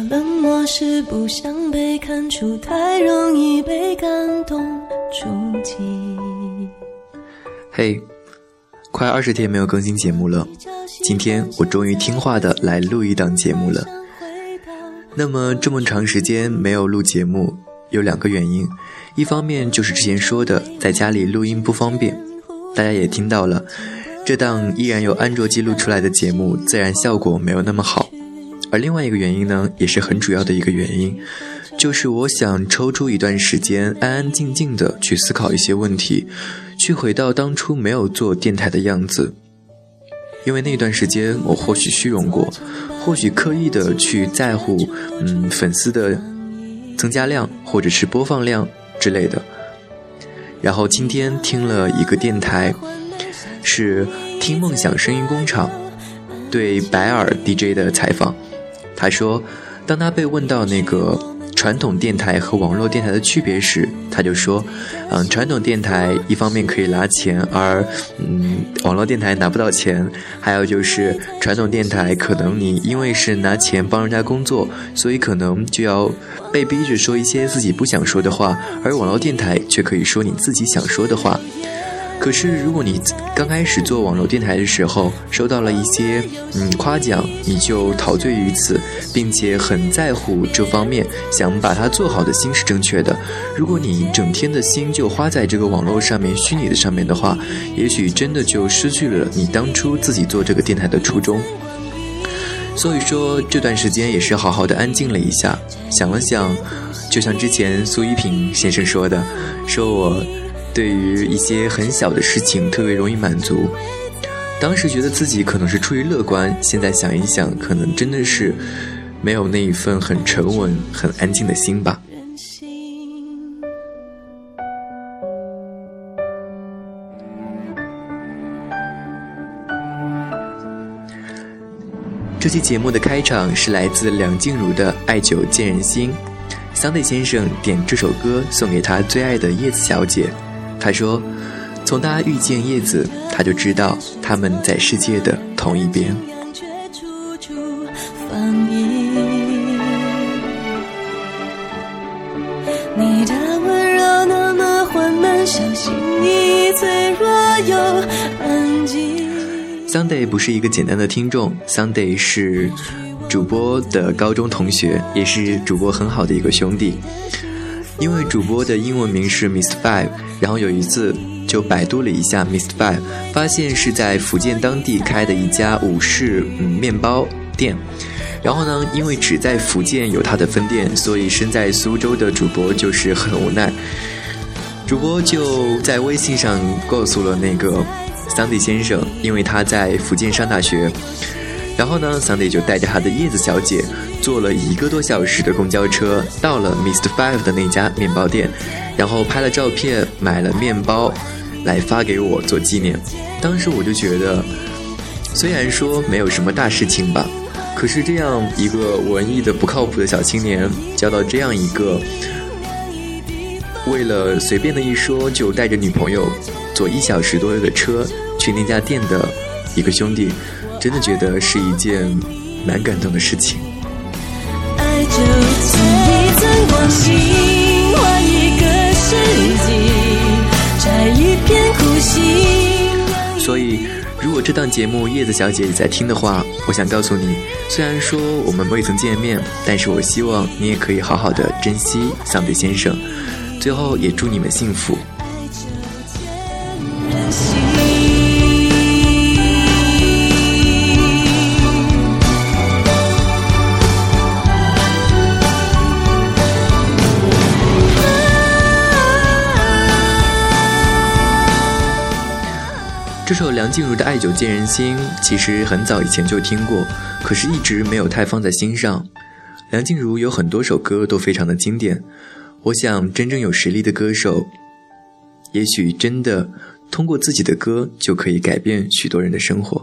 冷漠是不想被看出，太容易被感动触及。 嘿，快20天没有更新节目了，今天我终于听话的来录一档节目了。那么这么长时间没有录节目，有2个原因，一方面就是之前说的在家里录音不方便，大家也听到了，这档依然由安卓机录出来的节目自然效果没有那么好。而另外一个原因呢，也是很主要的一个原因，就是我想抽出一段时间安安静静的去思考一些问题，去回到当初没有做电台的样子。因为那段时间我或许虚荣过，或许刻意的去在乎粉丝的增加量或者是播放量之类的。然后今天听了一个电台，是听梦想声音工厂对白耳 DJ 的采访。他说当他被问到那个传统电台和网络电台的区别时，他就说传统电台一方面可以拿钱，而网络电台拿不到钱，还有就是传统电台可能你因为是拿钱帮人家工作，所以可能就要被逼着说一些自己不想说的话，而网络电台却可以说你自己想说的话。可是如果你刚开始做网络电台的时候收到了一些夸奖，你就陶醉于此，并且很在乎这方面，想把它做好的心是正确的。如果你整天的心就花在这个网络上面虚拟的上面的话，也许真的就失去了你当初自己做这个电台的初衷。所以说这段时间也是好好的安静了一下，想了想，就像之前苏一平先生说的，说我对于一些很小的事情特别容易满足。当时觉得自己可能是出于乐观，现在想一想，可能真的是没有那一份很沉稳很安静的心吧。这期节目的开场是来自梁静茹的《爱久见人心》，桑德先生点这首歌送给他最爱的叶子小姐。他说从他遇见叶子，他就知道他们在世界的同一边。 你的温柔那么缓慢，小心翼翼，脆弱又安静。 Sunday 不是一个简单的听众， Sunday 是主播的高中同学，也是主播很好的一个兄弟。因为主播的英文名是 Mr. Five， 然后有一次就百度了一下 Mr. Five， 发现是在福建当地开的一家武士面包店。然后呢，因为只在福建有他的分店，所以身在苏州的主播就是很无奈。主播就在微信上告诉了那个桑迪先生，因为他在福建上大学。然后呢，桑迪就带着他的叶子小姐坐了1个多小时的公交车，到了 Mr. Five 的那家面包店，然后拍了照片，买了面包来发给我做纪念。当时我就觉得，虽然说没有什么大事情吧，可是这样一个文艺的不靠谱的小青年，交到这样一个为了随便的一说就带着女朋友坐1小时多的车去那家店的一个兄弟，真的觉得是一件蛮感动的事情。 爱就像一寸光阴，换一个世纪，摘一片苦心。 所以如果这档节目叶子小姐也在听的话，我想告诉你，虽然说我们未曾见面，但是我希望你也可以好好的珍惜桑迪先生。最后也祝你们幸福。这首梁静茹的《爱久见人心》其实很早以前就听过，可是一直没有太放在心上。梁静茹有很多首歌都非常的经典，我想真正有实力的歌手，也许真的通过自己的歌就可以改变许多人的生活。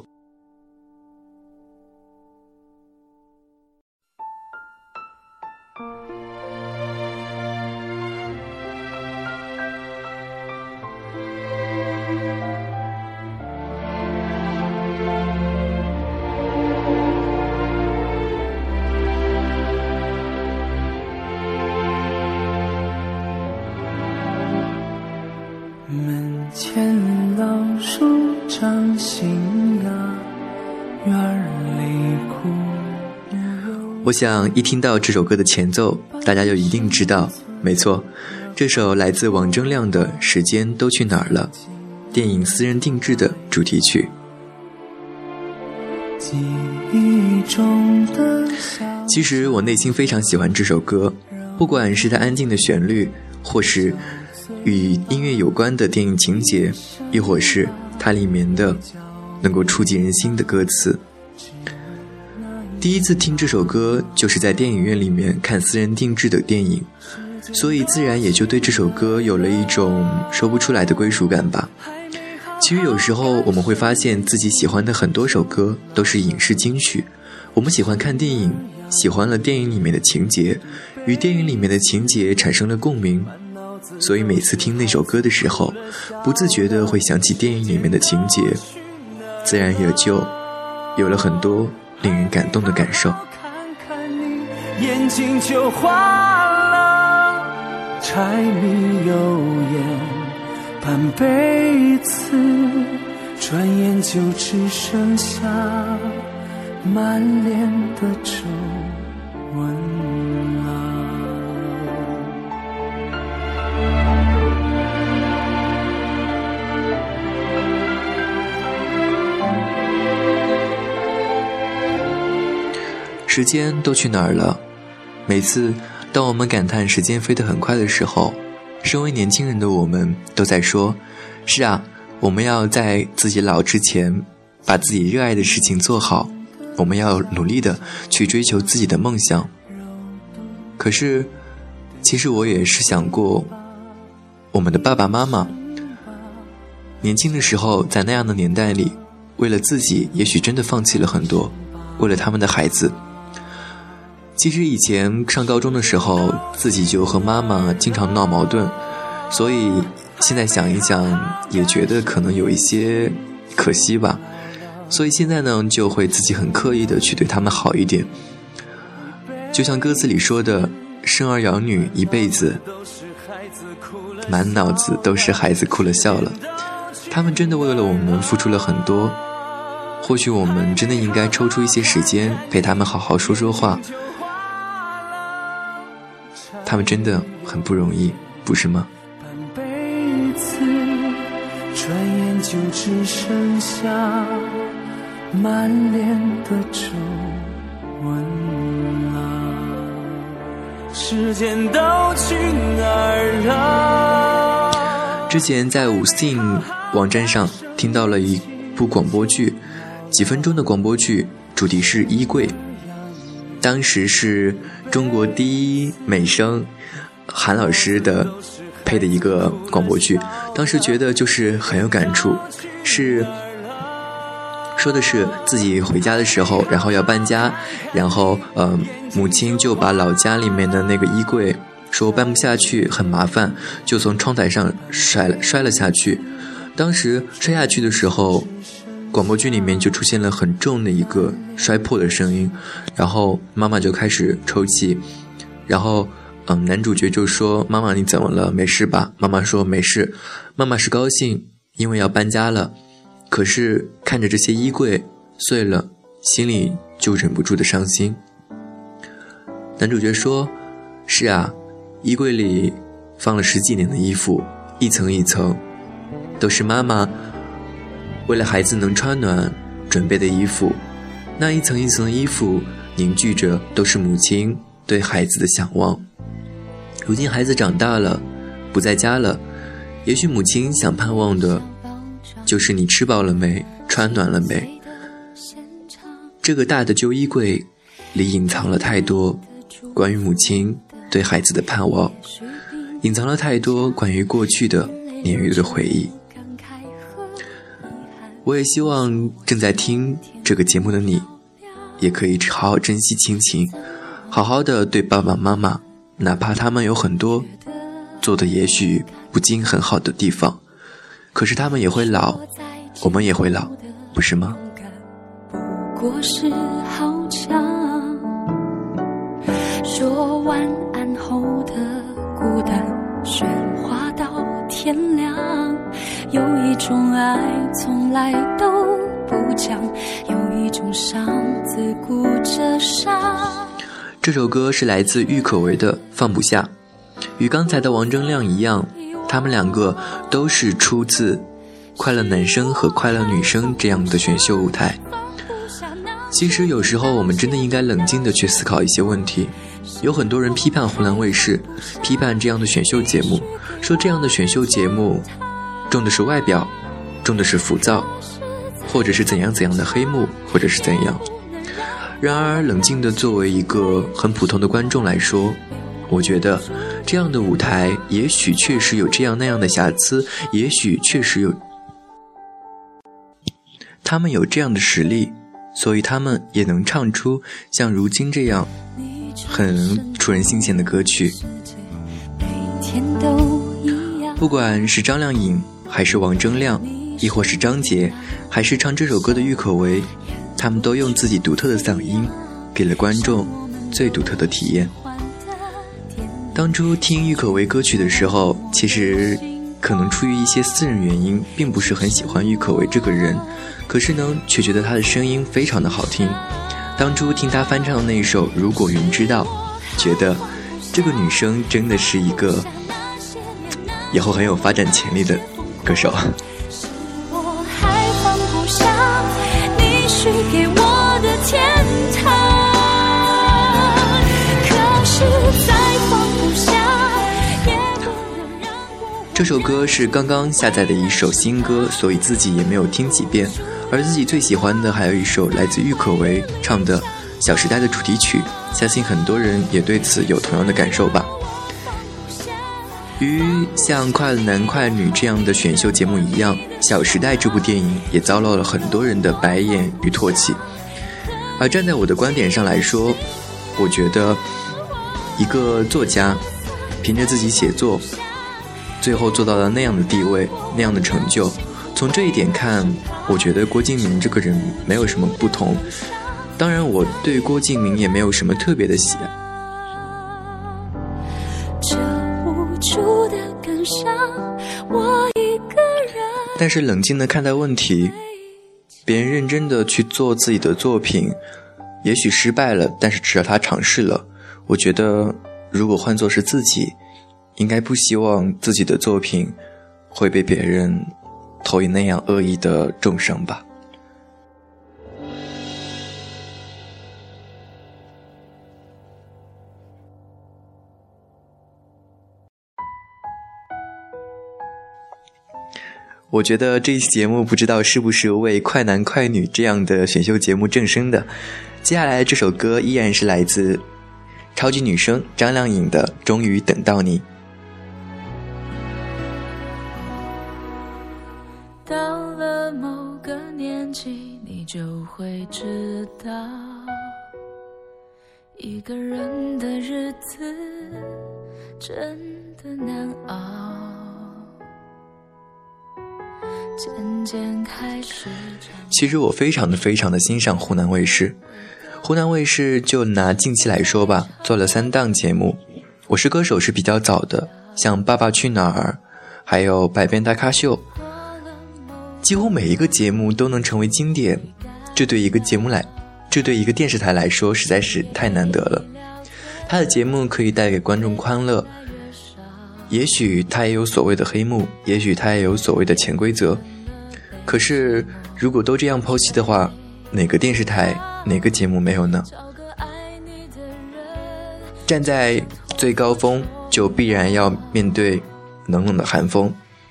牵老树掌心啊，园里哭。 我想一听到这首歌的前奏，大家就一定知道，没错，这首来自王铮亮的《时间都去哪儿了》，电影《私人定制》的主题曲。其实我内心非常喜欢这首歌，不管是它安静的旋律，或是与音乐有关的电影情节，亦或是它里面的能够触及人心的歌词。第一次听这首歌就是在电影院里面看私人定制的电影，所以自然也就对这首歌有了一种说不出来的归属感吧。其实有时候我们会发现自己喜欢的很多首歌都是影视金曲，我们喜欢看电影，喜欢了电影里面的情节，与电影里面的情节产生了共鸣，所以每次听那首歌的时候，不自觉地会想起电影里面的情节，自然也就有了很多令人感动的感受。 眼睛就花了，柴米油盐半辈子，转眼就只剩下满脸的皱纹了。 时间都去哪儿了？每次当我们感叹时间飞得很快的时候，身为年轻人的我们都在说，是啊，我们要在自己老之前把自己热爱的事情做好，我们要努力的去追求自己的梦想。可是其实我也是想过，我们的爸爸妈妈年轻的时候，在那样的年代里，为了自己也许真的放弃了很多，为了他们的孩子。其实以前上高中的时候，自己就和妈妈经常闹矛盾，所以现在想一想也觉得可能有一些可惜吧。所以现在呢，就会自己很刻意的去对他们好一点。就像歌词里说的，生儿养女一辈子，满脑子都是孩子哭了笑了。他们真的为了我们付出了很多，或许我们真的应该抽出一些时间陪他们好好说说话。他们真的很不容易，不是吗？ 半辈子，转眼就只剩下满脸的皱纹了。时间都去哪儿了？ 之前在5Sing网站上听到了一部广播剧，几分钟的广播剧，主题是衣柜。当时是中国第一美声韩老师的配的一个广播剧，当时觉得就是很有感触，是说的是自己回家的时候，然后要搬家，然后母亲就把老家里面的那个衣柜说搬不下去很麻烦，就从窗台上摔了下去。当时摔下去的时候，广播剧里面就出现了很重的一个摔破的声音，然后妈妈就开始抽泣，然后男主角就说，妈妈你怎么了，没事吧？妈妈说没事。妈妈是高兴，因为要搬家了，可是看着这些衣柜碎了，心里就忍不住的伤心。男主角说，是啊，衣柜里放了10几年的衣服，一层一层都是妈妈为了孩子能穿暖准备的衣服，那一层一层的衣服凝聚着都是母亲对孩子的想望。如今孩子长大了，不在家了，也许母亲想盼望的就是你吃饱了没，穿暖了没。这个大的旧衣柜里隐藏了太多关于母亲对孩子的盼望，隐藏了太多关于过去的年月的回忆。我也希望正在听这个节目的你，也可以好好珍惜亲情，好好的对爸爸妈妈，哪怕他们有很多做的也许不尽很好的地方，可是他们也会老，我们也会老，不是吗？ 不过是好强，说晚安后的孤单，喧哗到天亮，有种爱从来都不讲，有一种伤自顾着伤。 这首歌是来自郁可唯的《放不下》，与刚才的王铮亮一样，他们两个都是出自快乐男生和快乐女生这样的选秀舞台。其实有时候我们真的应该冷静地去思考一些问题。有很多人批判湖南卫视，批判这样的选秀节目，说这样的选秀节目重的是外表，重的是浮躁，或者是怎样怎样的黑幕，或者是怎样。然而冷静地作为一个很普通的观众来说，我觉得这样的舞台也许确实有这样那样的瑕疵，也许确实有他们有这样的实力，所以他们也能唱出像如今这样很触人心弦的歌曲。不管是张靓颖还是王铮亮，亦或是张杰，还是唱这首歌的郁可唯，他们都用自己独特的嗓音给了观众最独特的体验。当初听郁可唯歌曲的时候，其实可能出于一些私人原因，并不是很喜欢郁可唯这个人，可是呢却觉得她的声音非常的好听。当初听她翻唱的那一首《如果云知道》，觉得这个女生真的是一个以后很有发展潜力的歌手。 我还放不下你许给我的天堂，可是再放不下也不能让我。 这首歌是刚刚下载的一首新歌，所以自己也没有听几遍，而自己最喜欢的还有一首来自郁可唯唱的《小时代》的主题曲，相信很多人也对此有同样的感受吧。与像快乐男快女这样的选秀节目一样，《小时代》这部电影也遭到了很多人的白眼与唾弃。而站在我的观点上来说，我觉得一个作家凭着自己写作，最后做到了那样的地位，那样的成就，从这一点看，我觉得郭敬明这个人没有什么不同。当然我对郭敬明也没有什么特别的喜爱，但是冷静地看待问题，别人认真地去做自己的作品，也许失败了，但是只要他尝试了，我觉得如果换作是自己，应该不希望自己的作品会被别人投以那样恶意的重伤吧。我觉得这期节目不知道是不是为快男快女这样的选秀节目正声的。接下来这首歌依然是来自超级女生张靓颖的《终于等到你》。 到了某个年纪，你就会知道，一个人的日子真的难熬。 其实我非常的欣赏湖南卫视。湖南卫视就拿近期来说吧，做了3档节目。我是歌手是比较早的，像爸爸去哪儿，还有百变大咖秀，几乎每一个节目都能成为经典，这对一个电视台来说实在是太难得了。他的节目可以带给观众欢乐，也许他也有所谓的黑幕，也许他也有所谓的潜规则，可是如果都这样剖析的话，哪个电视台哪个节目没有呢？站在最高峰就必然要面对冷冷的寒风，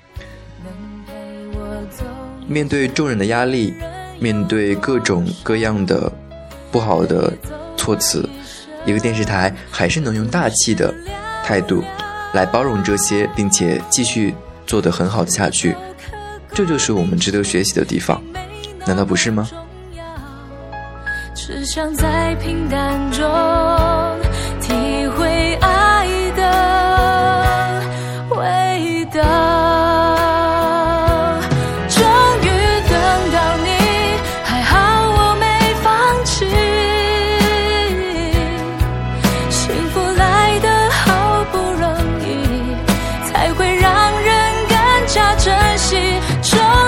面对众人的压力，面对各种各样的不好的措辞，一个电视台还是能用大气的态度来包容这些，并且继续做得很好的下去，这就是我们值得学习的地方，难道不是吗？ 只想在平淡中体会爱的味道。终于等到你，还好我没放弃，幸福来得好不容易，才会让人更加珍惜。终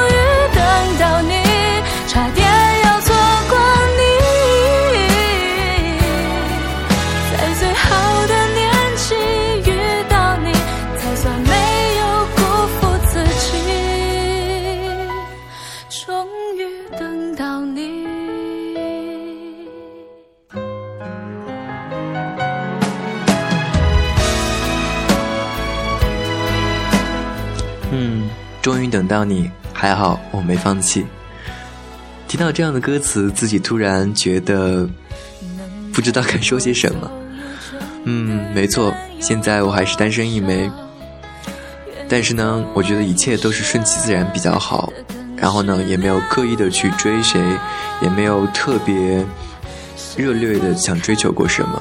终于等到你，还好我没放弃。听到这样的歌词，自己突然觉得不知道该说些什么。没错，现在我还是单身一枚，但是呢，我觉得一切都是顺其自然比较好。然后呢，也没有刻意的去追谁，也没有特别热烈的想追求过什么。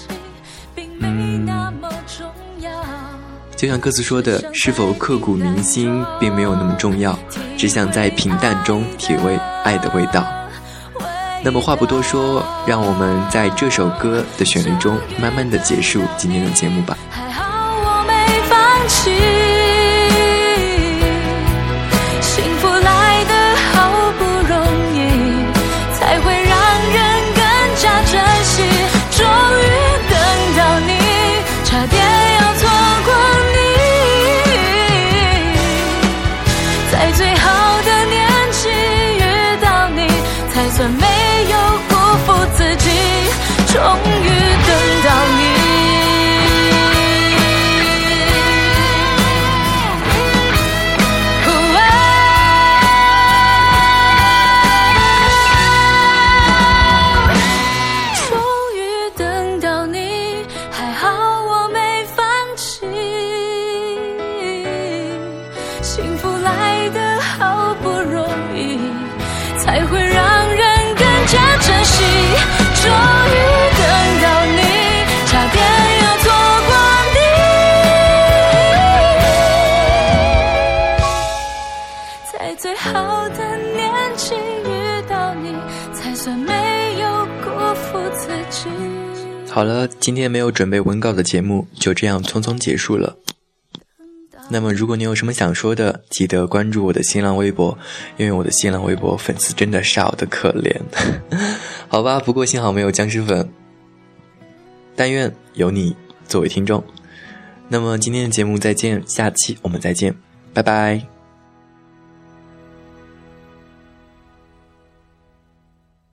就像歌词说的，是否刻骨铭心并没有那么重要，只想在平淡中体味爱的味道。那么话不多说，让我们在这首歌的旋律中慢慢的结束今天的节目吧。 还好我没放弃，幸福来得好不容易，才会让人更加珍惜。终于等到你，差点要错过你，在最好的年纪遇到你，才算没自己，终于等到你。终于等到你，还好我没放弃，幸福来得好不容易，才会让人更加珍惜。终于等到你，差点要错过你，在最好的年纪遇到你，才算没有辜负自己。 好了，今天没有准备文稿的节目就这样匆匆结束了。那么如果你有什么想说的，记得关注我的新浪微博，因为我的新浪微博粉丝真的少得可怜。好吧，不过幸好没有僵尸粉，但愿有你作为听众。那么今天的节目再见，下期我们再见，拜拜。